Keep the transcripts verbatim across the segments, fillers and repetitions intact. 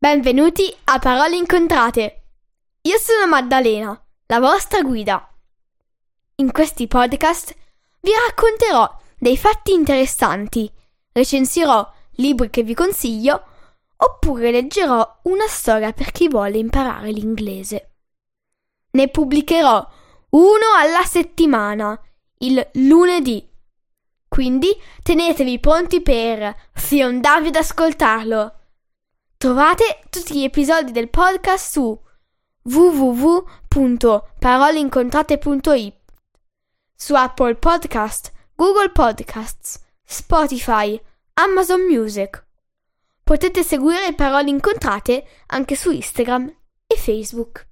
Benvenuti a Parole Incontrate. Io sono Maddalena, la vostra guida. In questi podcast vi racconterò dei fatti interessanti, recensirò libri che vi consiglio, oppure leggerò una storia per chi vuole imparare l'inglese. Ne pubblicherò uno alla settimana, il lunedì. Quindi tenetevi pronti per fiondarvi ad ascoltarlo. Trovate tutti gli episodi del podcast su w w w punto parole incontrate punto i t, su Apple Podcast, Google Podcasts, Spotify, Amazon Music. Potete seguire Parole Incontrate anche su Instagram e Facebook.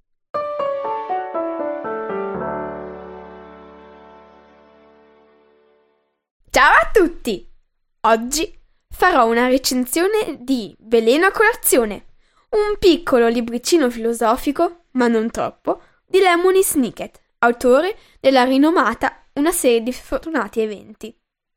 Ciao a tutti! Oggi farò una recensione di Veleno a colazione, un piccolo libricino filosofico, ma non troppo, di Lemony Snicket, autore della rinomata Una serie di sfortunati eventi.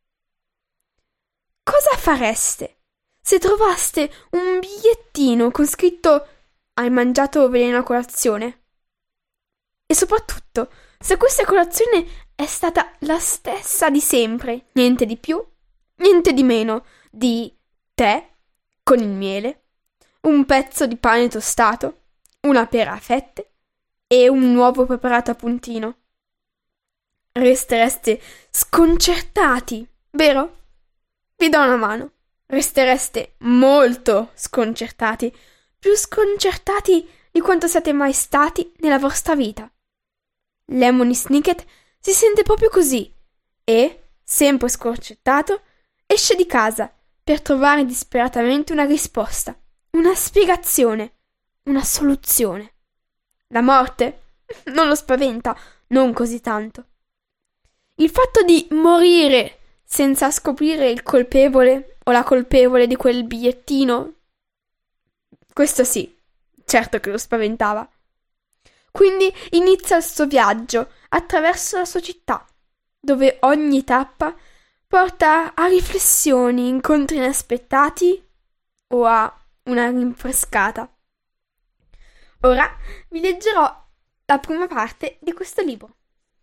Cosa fareste se trovaste un bigliettino con scritto "Hai mangiato veleno a colazione"? E soprattutto, se questa colazione è stata la stessa di sempre, niente di più, niente di meno di tè con il miele, un pezzo di pane tostato, una pera a fette e un uovo preparato a puntino. Restereste sconcertati, vero? Vi do una mano. Restereste molto sconcertati, più sconcertati di quanto siete mai stati nella vostra vita. Lemony Snicket si sente proprio così e, sempre sconcertato, esce di casa per trovare disperatamente una risposta, una spiegazione, una soluzione. La morte non lo spaventa, non così tanto. Il fatto di morire senza scoprire il colpevole o la colpevole di quel bigliettino, questo sì, certo che lo spaventava. Quindi inizia il suo viaggio attraverso la sua città, dove ogni tappa porta a riflessioni, incontri inaspettati o a una rinfrescata. Ora vi leggerò la prima parte di questo libro.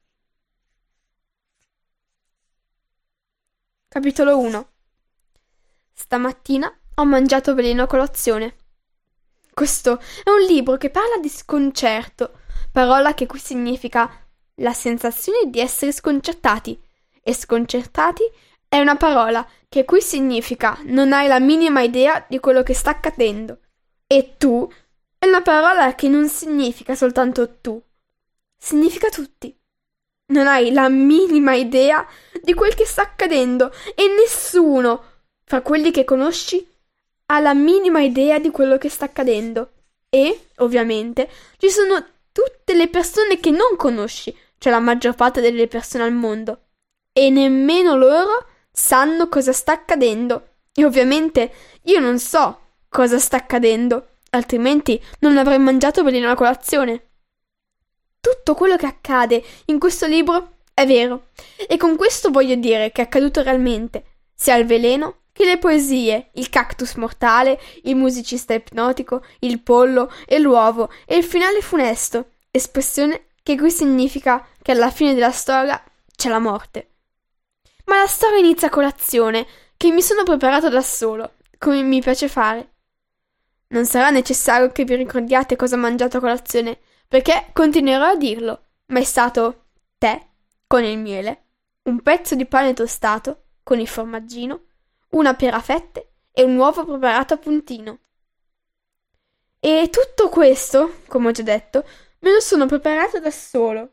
Capitolo uno. Stamattina ho mangiato veleno a colazione. Questo è un libro che parla di sconcerto, parola che qui significa la sensazione di essere sconcertati, e sconcertati è una parola che qui significa non hai la minima idea di quello che sta accadendo, e tu è una parola che non significa soltanto tu, significa tutti. Non hai la minima idea di quel che sta accadendo e nessuno fra quelli che conosci ha la minima idea di quello che sta accadendo. E, ovviamente, ci sono tutte le persone che non conosci, cioè la maggior parte delle persone al mondo, e nemmeno loro sanno cosa sta accadendo. E ovviamente io non so cosa sta accadendo, altrimenti non avrei mangiato veleno a colazione. Tutto quello che accade in questo libro è vero, e con questo voglio dire che è accaduto realmente, sia il veleno che le poesie, il cactus mortale, il musicista ipnotico, il pollo e l'uovo e il finale funesto, espressione che qui significa che alla fine della storia c'è la morte. Ma la storia inizia a colazione, che mi sono preparato da solo, come mi piace fare. Non sarà necessario che vi ricordiate cosa ho mangiato a colazione, perché continuerò a dirlo, ma è stato tè con il miele, un pezzo di pane tostato con il formaggino, una pera a fette e un uovo preparato a puntino. E tutto questo, come ho già detto, me lo sono preparato da solo.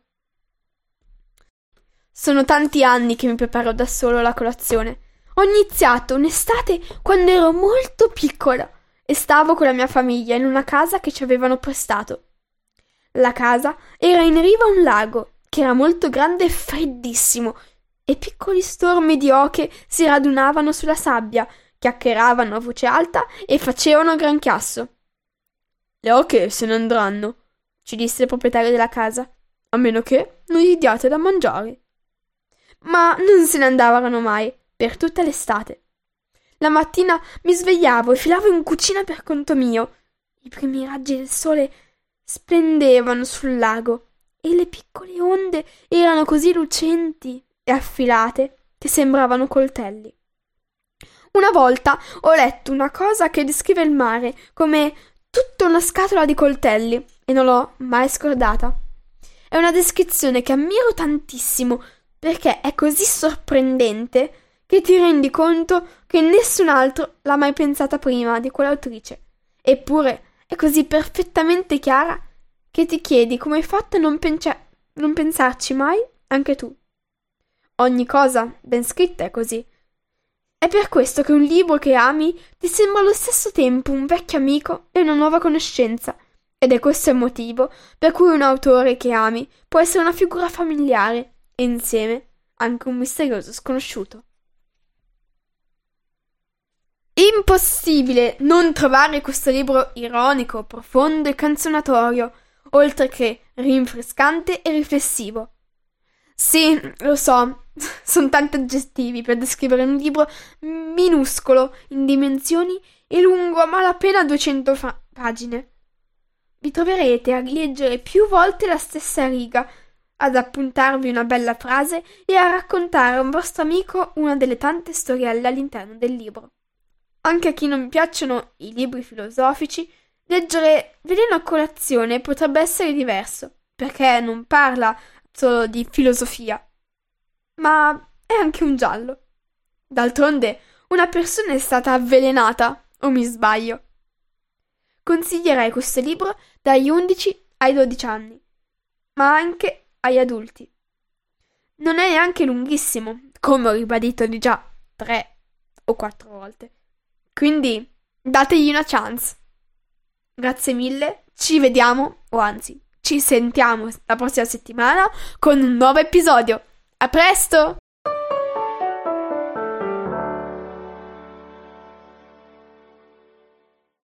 Sono tanti anni che mi preparo da solo la colazione. Ho iniziato un'estate quando ero molto piccola e stavo con la mia famiglia in una casa che ci avevano prestato. La casa era in riva a un lago che era molto grande e freddissimo, e piccoli stormi di oche si radunavano sulla sabbia, chiacchieravano a voce alta e facevano gran chiasso. Le oche se ne andranno, ci disse il proprietario della casa, a meno che non gli diate da mangiare. Ma non se ne andavano mai, per tutta l'estate. La mattina mi svegliavo e filavo in cucina per conto mio. I primi raggi del sole splendevano sul lago e le piccole onde erano così lucenti e affilate che sembravano coltelli. Una volta ho letto una cosa che descrive il mare come tutta una scatola di coltelli e non l'ho mai scordata. È una descrizione che ammiro tantissimo perché è così sorprendente che ti rendi conto che nessun altro l'ha mai pensata prima di quell'autrice. Eppure è così perfettamente chiara che ti chiedi come hai fatto a non, pensa- non pensarci mai anche tu. Ogni cosa ben scritta è così. È per questo che un libro che ami ti sembra allo stesso tempo un vecchio amico e una nuova conoscenza, ed è questo il motivo per cui un autore che ami può essere una figura familiare e insieme anche un misterioso sconosciuto. Impossibile non trovare questo libro ironico, profondo e canzonatorio, oltre che rinfrescante e riflessivo. Sì, lo so, sono tanti aggettivi per descrivere un libro minuscolo in dimensioni e lungo a malapena duecento fa- pagine. Vi troverete a leggere più volte la stessa riga, ad appuntarvi una bella frase e a raccontare a un vostro amico una delle tante storielle all'interno del libro. Anche a chi non piacciono i libri filosofici, leggere Veleno a colazione potrebbe essere diverso, perché non parla solo di filosofia, ma è anche un giallo. D'altronde, una persona è stata avvelenata, o mi sbaglio? Consiglierei questo libro dagli undici ai dodici anni, ma anche agli adulti. Non è neanche lunghissimo, come ho ribadito di già tre o quattro volte. Quindi dategli una chance. Grazie mille, ci vediamo, o anzi, ci sentiamo la prossima settimana con un nuovo episodio. A presto!